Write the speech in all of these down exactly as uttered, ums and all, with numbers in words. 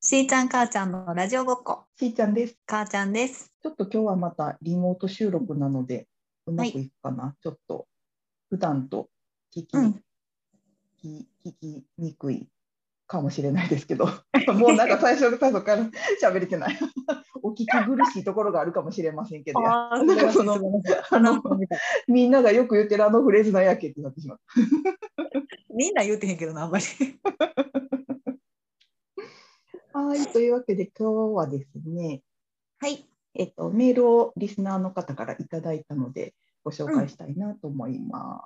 しーちゃん母ちゃんのラジオごっこ。 しーちゃんです。 母ちゃんです。 ちょっと今日はまたリモート収録なので、うまくいくかな。ちょっと普段と聞き、 うん。 聞聞きにくいかもしれないですけど、もうなんか最初の最初から喋れてない。お聞き苦しいところがあるかもしれませんけど、やああ、素なん晴らしい、素かその、 晴らしい。アナウあの、 ンサーみたい。 みんながよく言ってるあのフレーズなんやっけってなってしまった。 みんな言うてへんけどな、あんまり。 はい、というわけで今日はですね、 はい。 えっと、メールをリスナーの方からいただいたので、ご紹うん。 介したいなと思います。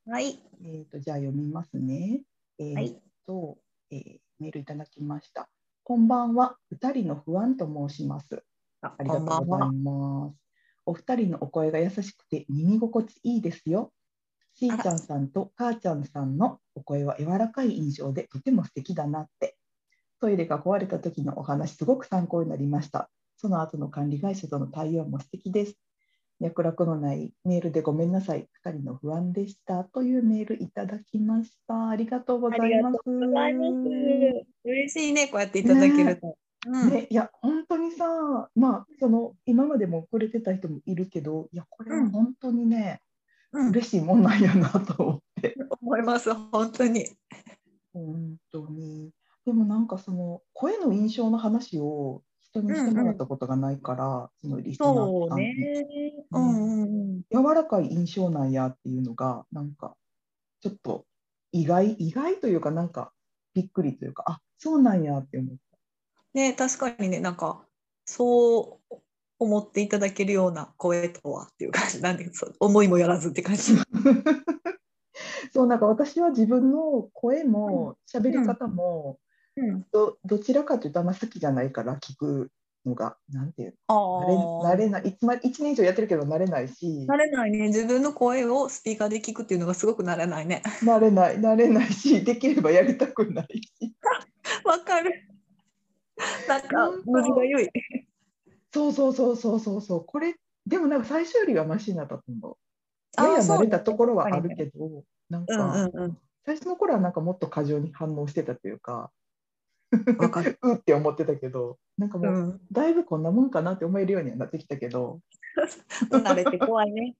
はい。 えっと、じゃあ読みますね。えっはい。 と、えーメールいただきました。こんばんは、ふたりの不安と申します。 あ、 ありこがとうございんばんは。 ます。お二人のお声が優しくて耳心地いいですよ。しあら。 ーちゃんさんとかーちゃんさんのお声は柔らかい印象でとても素敵だなって。トイレが壊れた時のお話、すごく参考になりました。その後の管理会社との対応も素敵です。脈絡のないメールでごめんなさい。ふたりの不安でしたというメールいただきました。ありがとうごありがとざいます。 うございます。嬉しいね、こうやっていただけるねと。うん。 ね、いや、本当にさ、まあ、その今までもくれてた人もいるけど、いや、これうん。 は本当にね、 うん。 嬉しいもんなんやなと思って。 思います、本当に。 本当に。でもなんかその声の印象の話を人にしてもらっうんうん。 たことがないから、そのリスナーそうね。 さんに。 うね、 んうんうん。 柔らかい印象なんやっていうのが、なんかちょっと意外、意外というか、なんかびっくりというか、あ、そうなんやって思った。 ね、確かにね、なんか、そう思っていただけるような声とはっていう感じなんで、そう思いもよらずって感じ。 そう、なんか私は自分の声うんも喋りうん方もうんど、どちらかというとあんま好きじゃないから聞くのが、なんていうあの、慣れ、慣れあ、 ない、いつま、いちねん以上やってるけど慣れないし、 慣れないね。自分の声をスピーカーで聞くっていうのがすごく慣れないね。 慣れない、慣れないし、できればやりたくないし、 わかる。なんか、 なん無事がか、 良い。 そうそうそうそうそうそう、これ、でもなんか最初よりはマシになったと思う。やああ、 や慣そうね。確れたところはあるかにね。 けど、なんうんうか、 んうん。 最初の頃はなんかもっと過剰に反応してたというか、 わかる。 うって思ってたけど、なんかもうん。 う、だいぶこんなもんかなって思えるようにはなってきたけど、 慣れて怖いね。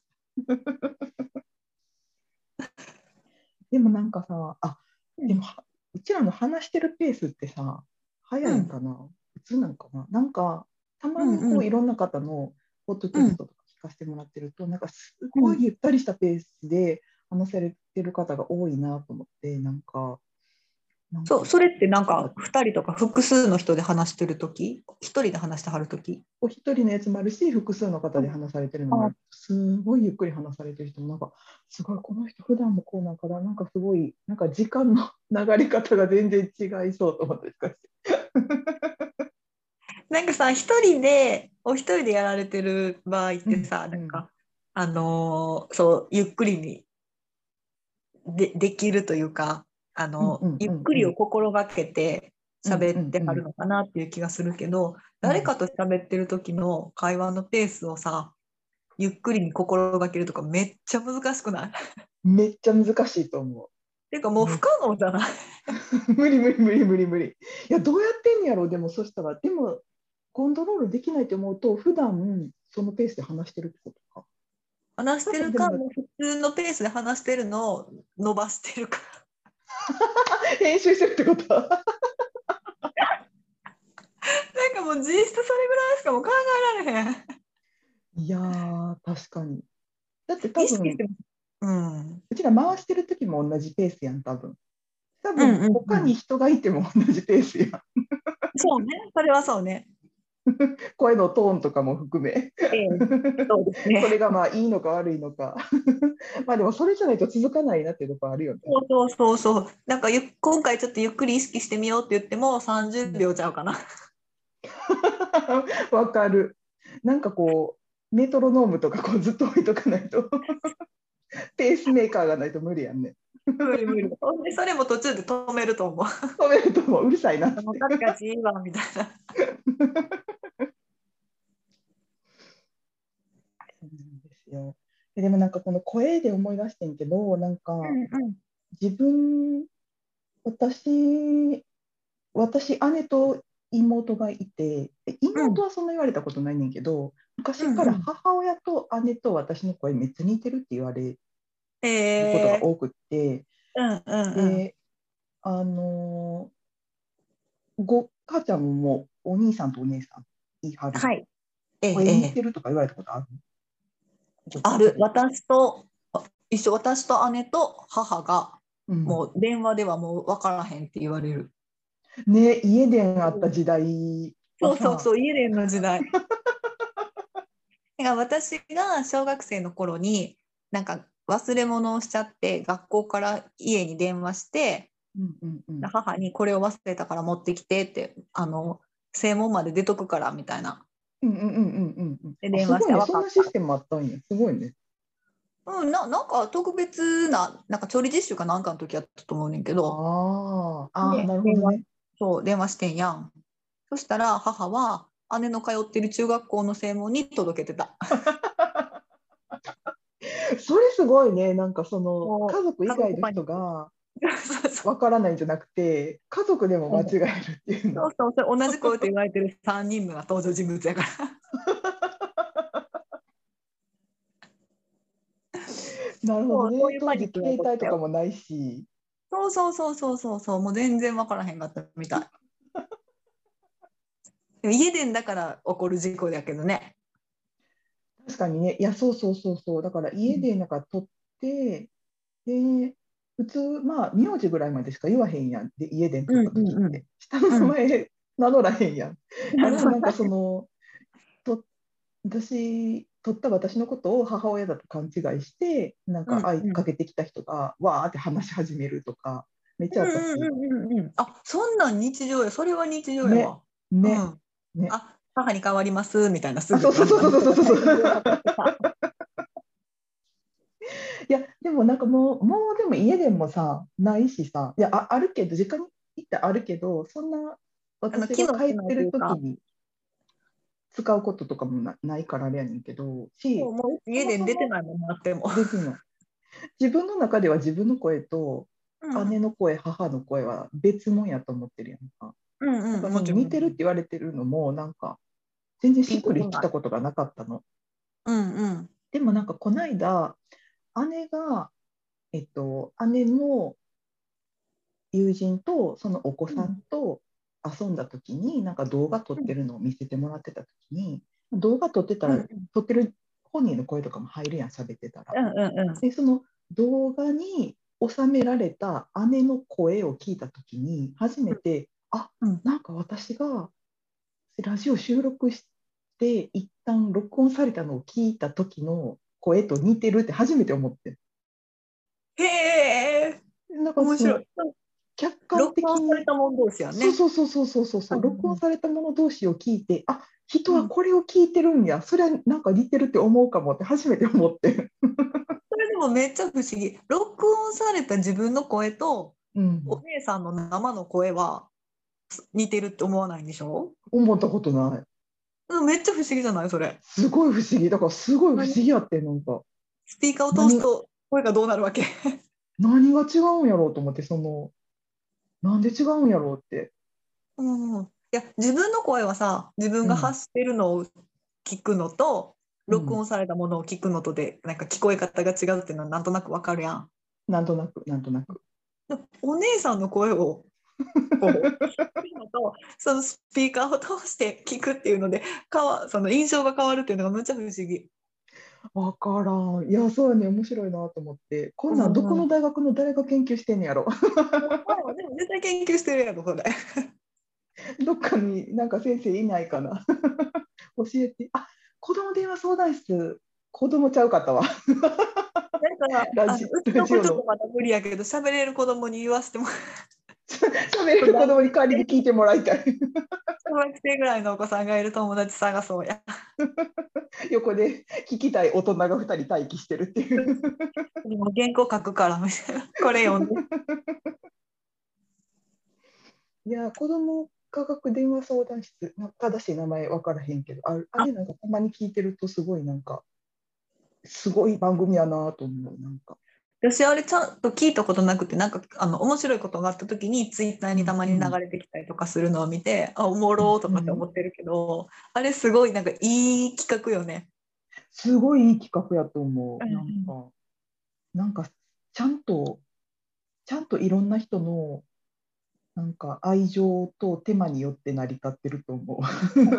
でもなんかさ、あ、 うん。 でもはうちらの話してるペースってさ、早うん。 いんかな、普通なんかな、なんか、たまにうんうん。 こういろんな方のポッドキうん。 ャストとか聞かせてもらってると、なんかすうん。 ごいゆったりしたペースで話されてる方が多いなと思って、なんか、なんそう、 か、 それってなんか、 違う。 二人とか複数の人で話してるとき、一人で話してはるとき。 お一人のやつもあるし、複数の方で話されてるのもああ、 る。すごいゆっくり話されてる人も、なんか、すごい、この人、普段もこうなんかな、なんかすごい、なんか時間の流れ方が全然違いそうと思って、 なんかさ、一人で、お一人でやられてる場合っうん、 てさ、なうん、 んか、あのーそう、ゆっくりにで、できるというか、あうん、 の、 うん、うん、 ゆっくりをうん、 心がけてうん、う喋っん、うん、 てはるのかなっていう気がするけど、 うん、 誰かと喋ってる時の会話のペースをさ、ゆっくりに心がけるとかめっちゃ難しくない？っめっちゃ難しいと思ていうかもう。めう不可能じゃない？ 無理、無理、無理、無理、無理。いや、どうやってんやろう、でも、そしたら、でも、コントロールできないと思うと、普段そのペースで話してるってことか。 話してるか、 多分でも、 もう普通のペースで話してるのを伸ばしてるか。 編集してるってことは。 なんかもう実質それぐらいしかもう考えられへん。 いやー、確かに。だって多分、 意識しても。うん。 うちら回してる時も同じペースやん、多分。多分、 うんうんうん。 他に人がいても同じペースやん。 そうね。それはそうね。 声のトーンとかも含め。 ええ、そうですね。 それがまあいいのか悪いのか。まあでもそれじゃないと続かないなっていうところあるよね。 そうそうそうそう。なんかゆ今回ちょっとゆっくり意識してみようって言っても30 うん、 秒ちゃうかな。 わかる。なんかこう、メトロノームとかこうずっと置いとかないと、ペースメーカーがないと無理やんね。 無理無理。ほんでそれも途中で止めると思う。 止めるともううるさいなっもうて。 カチカチいいわみたいな。 そうなんですよ。ででもなんかこの声で思い出してんけど、なんかうんうん自分、私私、姉と妹がいて、でうん妹はそんな言われたことないねんけど、昔からうんうん。 母親と姉と私の声めっちゃ似てるって言われることがえ多くって、 ー、うんうんうん。 で、あのーご母ちゃんももうお兄さんとお姉さん言い張るやん。 はい。えー、 声似えてるとか言われたことある？ ー、ある。 覚えてる？ 私と、あ一緒、私と姉と母が、 うん。 もう電話ではもう分からへんって言われる。 ね、家電あうん、 った時代はさ、 そうそうそう、家電の時代。だから私が小学生の頃に、なんか忘れ物をしちゃって、学校から家に電話して、 うんうんうん。 母にこれを忘れたから持ってきてって、あの、正門まで出とくからみたいな。 うんうんうんうんうんうん。 で、 あ、 電話して、 すごいね。 分かった。 そんなシステムあったんや。すごいね。 うん、な、なんか特別な、なんか調理実習かなんかの時やったと思うねんけど、 ああ、ああ、 で、 なるほ電話、 どね。 そう、電話してんやん。そしたら母は姉の通ってる中学校の正門に届けてた。 それすごいね。なんかその家もう、家族以外の族パニック。 人がそうそう。 わからないんじゃなくて、家族でも間違うん、 えるっていうの。 そうそう、それ同じ声と言われてるさんにんの登場人物やから。 なるほどそう、そうね。 いうパニックが起当時携こったよ。 帯とかもないし。 そうそうそうそうそうそう、もう全然わからへんかったみたい。でも家電だから起こる事故だけどね。 確かにね。いや、そうそうそうそう。だからうん家でなんか取って、で、普通、まあ、名字ぐらいまでしか言わへんやん。で、家電取うんった時うんうん。 って。下の名うん。 前名乗らへんやん。でもなんかその、と私、取った私のことを母親だと勘違いして、なんかうんうん。 愛かけてきた人がわーって話し始めるとか、めっちゃあったし、 うんうんうんうんうん。あ、そんなん日常や。それは日常やね、 わ。うね、 ん。 ね。 あ、母に変わりますみたいな、すあ、 ぐ、あの、 そうそうそうあの人がそうそうそうそう。 大変電話かけてた。 いや、でもなんかもう、もうでも家でもさ、ないしさ、いや、あ、あるけど、実家に行ってあるけど、そんなあの、 私が機能してな帰ってるいというか、 時に使うこととかもな、ないからあれやねんけど、し、 もう、もうそ家で出てもそもないもんなっても。 出てない。自分の中では自分の声と姉うん。 の声、母の声は別物やと思ってるやんか。 うんうん、 だからそのもちろん、もちろん。 似てるって言われてるのもなんか全然ピンしっくりきとこない。 たことがなかったの。 うんうん。 でもなんかこの間姉が、えっと、姉の友人とそのお子さうんんと遊んだ時になんか動画撮っうんてるのを見せてもらってた時に、動画撮ってたらうんうん撮ってる本人の声とかも入るやん、喋ってたら。 うんうんうん。 で、その動画に収められた姉の声を聞いたときに、初めて、あ、 うん。 なんか私がラジオ収録して、一旦録音されたのを聞いた時の声と似てるって初めて思って。 へえ、 なんかその面白い。 客観録音され的に、 たもん同士やね。 そうそうそうそうそうそうそう、録うんうん音されたもの同士を聞いて、あ、人はうん。 これを聞いてるんや、それはなんか似てるって思うかもって初めて思って。 それでもめっちゃ不思議。録音された自分の声とうん、 お姉さんの生の声は似てるって思わないんでしょ？ 思ったことない。 うん、めっちゃ不思議じゃないそれ。 すごい不思議。だからすごい不思議何、 やって、なんか。 スピーカーを通す何、 と声がどうなるわけ？ 何が違うんやろうと思って、その、なんで違うんやろうって。 うん。いや、自分の声はさ、自分がうん、 発してるのを聞くのと、 うん。 録音されたものを聞くのとで、なんか聞こえ方が違うっていうのはなんとなくわかるやん。 なんとなく、なんとなく。 でお姉さんの声をこう聞くのと、そのスピーカーを通して聞くっていうので、かわ、その印象が変わるっていうのがむっちゃ不思議。 わからん。いや、そうやね、面白いなと思って。こんなんどこうん。 の大学の誰が研究してんねやろ。 ほんまやわ、でも絶対研究してるやろ、それ。だどっかになんか先生いないかな。教えて。あ、子供電話相談室。子供ちゃうかったわ。 から、あの、 ラジ、 うちの子ラジオの。 ちょっとまだ無理やけど、喋れる子供に言わせてもら喋れう。 る子大学供に代わりに聞いてもらいたい。 小学生ぐらいのお子さんがいる友達探そうや。 横で聞きたい大人がふたり待機してるっていう。 でも原稿書くからみたいな、これ読んで。 いや、子ども科学電話相談室、な正しい名前分からへんけど、あ、ああ、 れなんかたまに聞いてるとすごいなんか、すごい番組やなと思う、なんか。 私あれちゃんと聞いたことなくて、なんかあの面白いことがあった時にツイッターうんにたまに流うんれてきたりとかするのを見て、あ、おもうんろーとかってうん、 思ってるけど、あれすごいなんかいい企画よね。 すごいいい企画やと思う。なんうんか、なんかちゃんと、ちゃんといろんな人のなんか愛情と手間によって成り立ってると思う。 うん。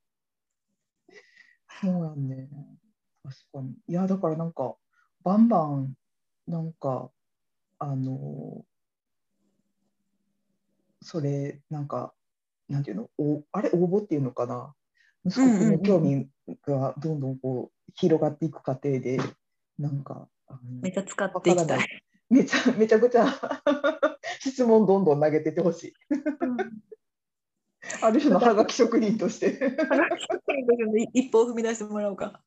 そうやんね。確かに。いや、だからなんか、バンバン、なんか、あの、それ、なんか、なんていうの、お、あれ、応募っていうのかな。息うん子くんのうんうん。 興味がどんどんこう広がっていく過程で、なんか、あの、 めっちゃ使っていきたい。 わからない。めちゃ、めちゃくちゃ質問どんどん投げてってほしい。 うん。 ある種のハガ私、 キ職人として。 話しかける一歩を踏み出してもらおうか。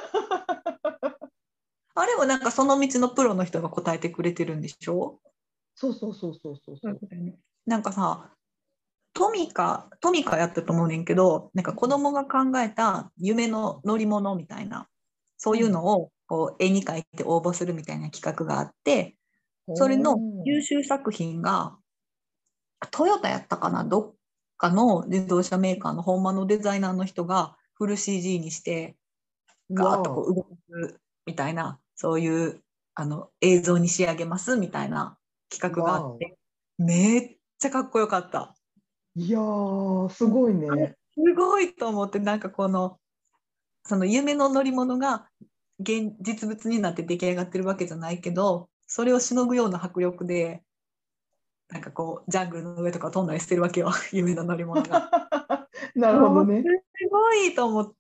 あれもなんかその道のプロの人が答えてくれてるんでしょ？ そうそうそうそうそうそう。 そういうことだよね。なんかさ、トミカ、トミカやったと思うねんけど、なんか子供が考えた夢の乗り物みたいな、そういううん。 のをこう絵に描いて応募するみたいな企画があって、 ほそれの優ー。 秀作品がトヨタやったかな、どっかの自動車メーカーの本間のデザイナーの人がフル シージー にしてガーッとこわう動かすみたいな、そういうあの映像に仕上げますみたいな企お、 画があわお。 って、めっちゃかっこよかった。 いやー、すうん。 ごいあれね。 すごいと思って、なんかこの、その夢の乗り物が現実物になって出来上がってるわけじゃないけど、それをしのぐような迫力で、なんかこう、ジャングルの上とか飛んだりしてるわけよ、夢の乗り物が。 なるほもうどね。 すごいと思って、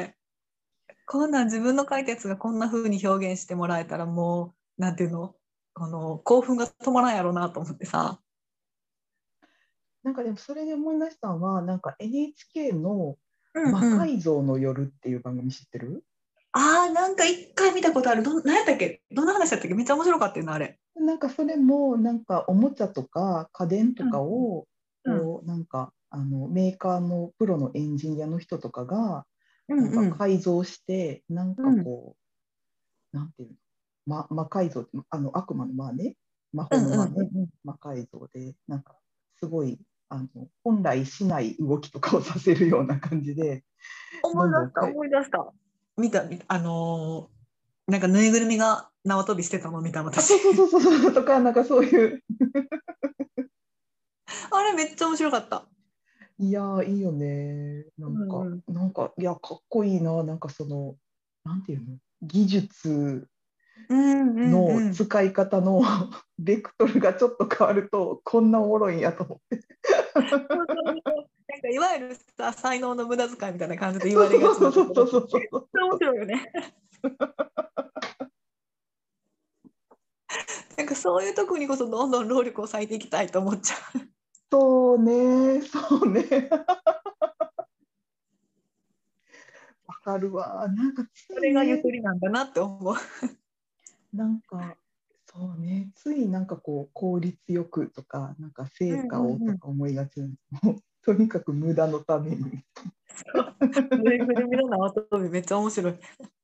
こんなん自分の書いたやつがこんな風に表現してもらえたら、もう、なんていうの、あの興奮が止まらんやろうなと思ってさ。 なんかでもそれで思い出したのは、なんか エヌエイチケー のうんうん。 魔改造の夜っていう番組知ってる？ ああ、なんか一回見たことある。どん、何やったっけ、どんな話だったっけ、めっちゃ面白かったよな、あれ。 なんかそれもなんかおもちゃとか家電とうんかをうんこうなんかあのメーカーのプロのエンジニアの人とかがなんかうんうん改造してなんかうんこうなんていうの、ま、魔改造ってあの悪魔の魔ね、魔法うんの魔ね、 うんうん。 魔改造でなんかすごいあの本来しない動きとかをさせるような感じで思い出した、 どんどんかい、 思い出した。見た、見た、あのーなんかぬいぐるみが縄跳びしてたの見た、 あ、 私。 そうそうそうそうそうとかなんかそういう、 あれめっちゃ面白かった。 いやーいいよね。なんか、 うんうん。 なんか、いや、かっこいいな。なんかその、なんていうの、技術うんうんのうん。 使い方のベクトルがちょっと変わると、こんなおもろいんやと思って。 そうそうそう。なんかいわゆるさ、才能の無駄遣いみたいな感じで言そうわれがちそうなところが、 そうそうそうそう。 面白いよね。なんかそういうとこにこそどんどん労力を割いていきたいと思っちゃう。 そうね、そうね。わかるわ。なんかつそれがゆいね、 とりなんだなって思う。 なんか、そうね、ついなんかこう、効率よくとか、なんか成うん果をうんうん。 とか思いがちなんです。もうとにかく無駄のために。 そう。ぬいぐるみの縄跳びめっちゃ面白い。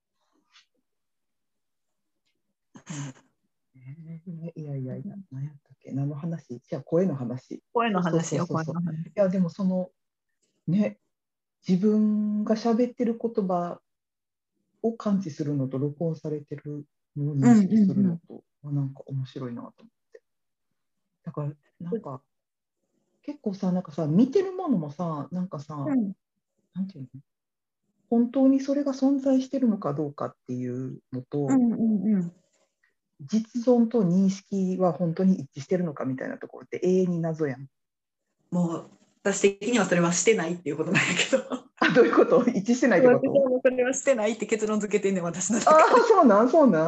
うんえーいやいやいや、何やったっけ、何の話、じゃあ声の話。 声のそうそう話よ、 そうそうそう。 声の話。 いや、でもそのね、自分が喋ってる言葉を感知するのと録音されてるのをうん認識するうんうん。 のと、あなんか面白いなと思って。だから、なんか結構さ、なんかさ、見てるものもさ、なんかさ、 うんなんていうの、本当にそれが存在してるのかどうかっていうのと、 うんうんうん。 実存と認識は本当に一致してるのかみたいなところって永遠に謎やん。 もう私的にはそれはしてないっていうことなんやけど。 あ、どういうこと？一致してないってこ私と？ はもうそれはしてないって結論付けてんねん、私のああ、 中で。 そうなん、そうなん。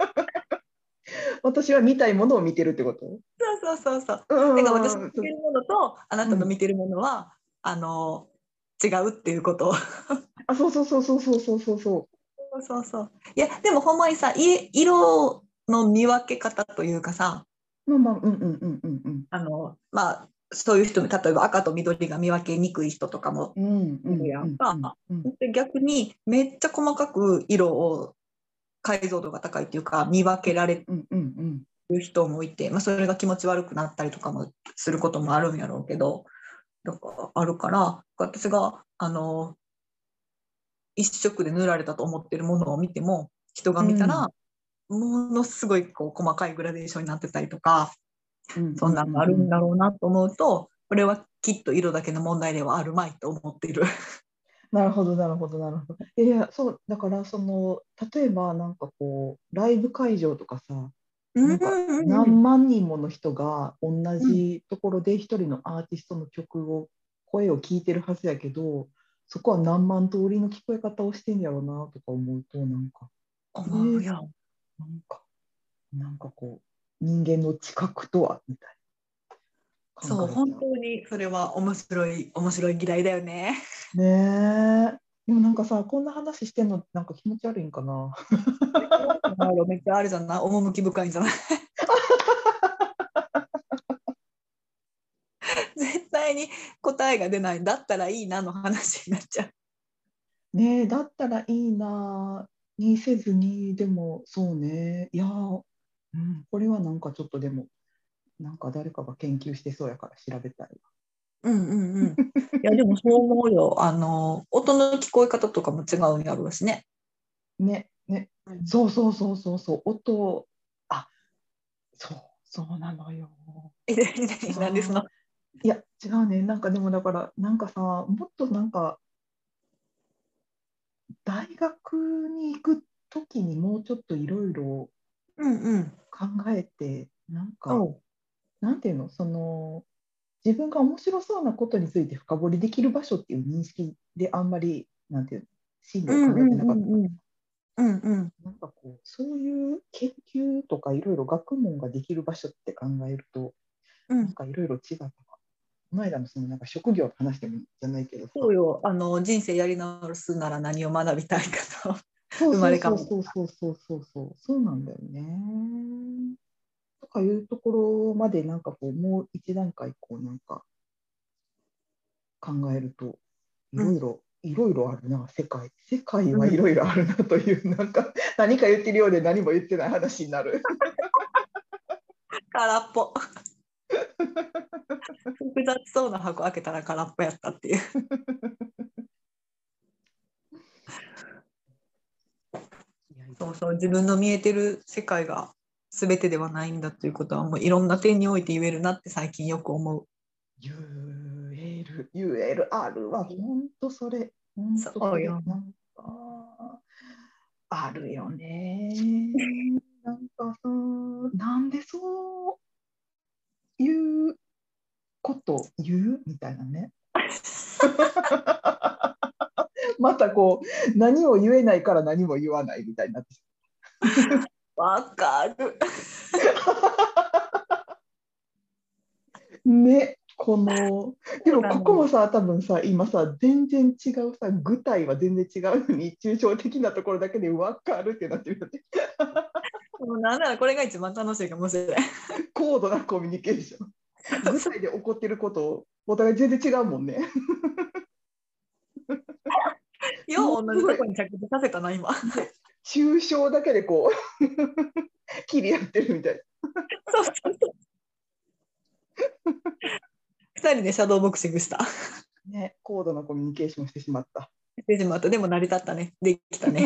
私は見たいものを見てるってこと？ そうそうそうそう。 うだから私んうんうん。 の見てるものとあなうん。 たの見てるものはあの違うっていうこと。 あ、そうそうそうそうそうそうそうそそうそうそう。いやでもほんまにさ、い色の見分け方というかさ、 う。まあまあ、うんうんうんうんうん。 あのまあそういう人、例えば赤と緑が見分けにくい人とかもうんういるんうんうやんか。 んうん。 で逆にめっちゃ細かく色を解像度が高いっていうか見分けられうんうんうんる人もいて、まあ、それが気持ち悪くなったりとかもすることもあるんやろうけど、だからあるから私があの一色で塗られたと思ってるものを見ても人が見たらものすごいこう細かいグラデーションになってたりとか、 うんそんなのがあるんだろうなと思うと、これはきっと色だけの問題ではあるまいと思っている。 なるほどなるほどなるほど。いやそうだからその例えばなんかこうライブ会場とかさ、 うんなんかうんうん何万人もの人が同うんじところで一人のアーティストの曲を声を聞いてるはずやけど、そこは何万通りの聞こえ方をしてんやろうなとか思うと、なんかえー、 思うよ。 なんかなんかこう人間の知覚とはみたいなそう、 考えちゃう。 本当にそれは面白い、面白い議題だよね。 ねえ。でもなんかさ、こんな話してんのなんか気持ち悪いんかな。 めっちゃあるじゃない、趣深いんじゃない。絶対に答えが出ない、だったらいいなの話になっちゃう。 ねえ、だったらいいなにせずに、でもそうね、いやー、うん、これはなんかちょっとでも、なんか誰かが研究してそうやから調べたいわ。 うんうんうん。いや、でもそう思うよ。あの、音の聞こえ方とかも違うんやろうしね。 ね、ね、 うん。 そうそうそうそうそう、音、あ、そう、そうなのよ。 え、なんですの。 あー、いや、違うね、なんかでもだから、なんかさ、もっとなんか、大学に行くときにもうちょっといろいろうんうん。 考えて、なんか、 おう。 なんていうの、その、自分が面白そうなことについて深掘りできる場所っていう認識であんまり、なんていうの、進路を考えてうんうんなかったから、 うんうん。うんうん。 なんかこう、そういう研究とかいろいろ学問ができる場所って考えると、 うん。 なんかいろいろ違った。この間のそのなんか職業の話でもじゃないけどさ、 そうよ。あの、人生やり直すなら何を学びたいかと。 そう生まそうそうれ変わる。 そうそうそうそうそう、そうなんだよね。とかいうところまでなんかこう、もう一段階こうなんか考えると、いうん。 ろいろ、いろいろあるな、世界。世界うん。 はいろいろあるなという、なんか、何か言ってるようで何も言ってない話になる。 空っぽ。複雑そうな箱開けたら空っぽやったっていう。 いやいや、 そうそう、自分の見えてる世界が全てではないんだということは、もういろんな点において言えるなって最近よく思う。 言える、言える、あるわ、ほんとそれ、ほんとそれ、 そうよ。 なんか、あるよね。なんかさ、なんでそういうこと言うみたいなね。またこう、何を言えないから何も言わないみたいになってしわかる。 まう。ね、この、でそうもなのよ。 ここもさ、多分さ、今さ、全然違うさ、具体は全然違うのに、抽象的なところだけで分かるってなってるよね。 もうなんならこれが一番楽しいかもしれない。 高度なコミュニケーション。具体で起こってることを、お互い全然違うもんね。もよう同じうすごい、 とこに着地させたな、今。 ね、抽象だけでこう、切り合ってるみたいな。 そうそうそう。二人でシャドーボクシングした。 ね、高度なコミュニケーションしてしまった。 でしまった。でも成り立ったね。できたね。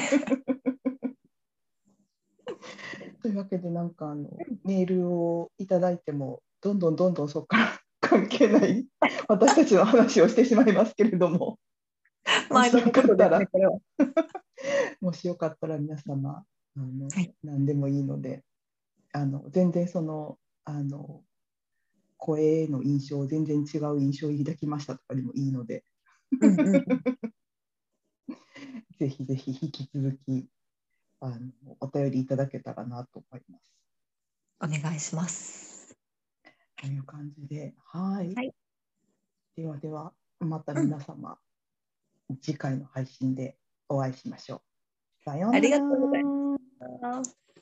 というわけで、なんかあのメールをいただいても、どんどんどんどんそこから関係ない私たちの話をしてしまいますけれども、も毎度のしよかことですね、 ったら、 これは。 もしよかったら皆様、あのはい。 何でもいいので、あの全然その、あの声の印象、全然違う印象を抱きましたとかでもいいので、 うんうん。 ぜひぜひ引き続きあのお便りいただけたらなと思います。 お願いします。 という感じで、はい。 はい。 ではでは、またうん。 皆様、次回の配信でお会いしましょう。さようなありがとうございら。 ます。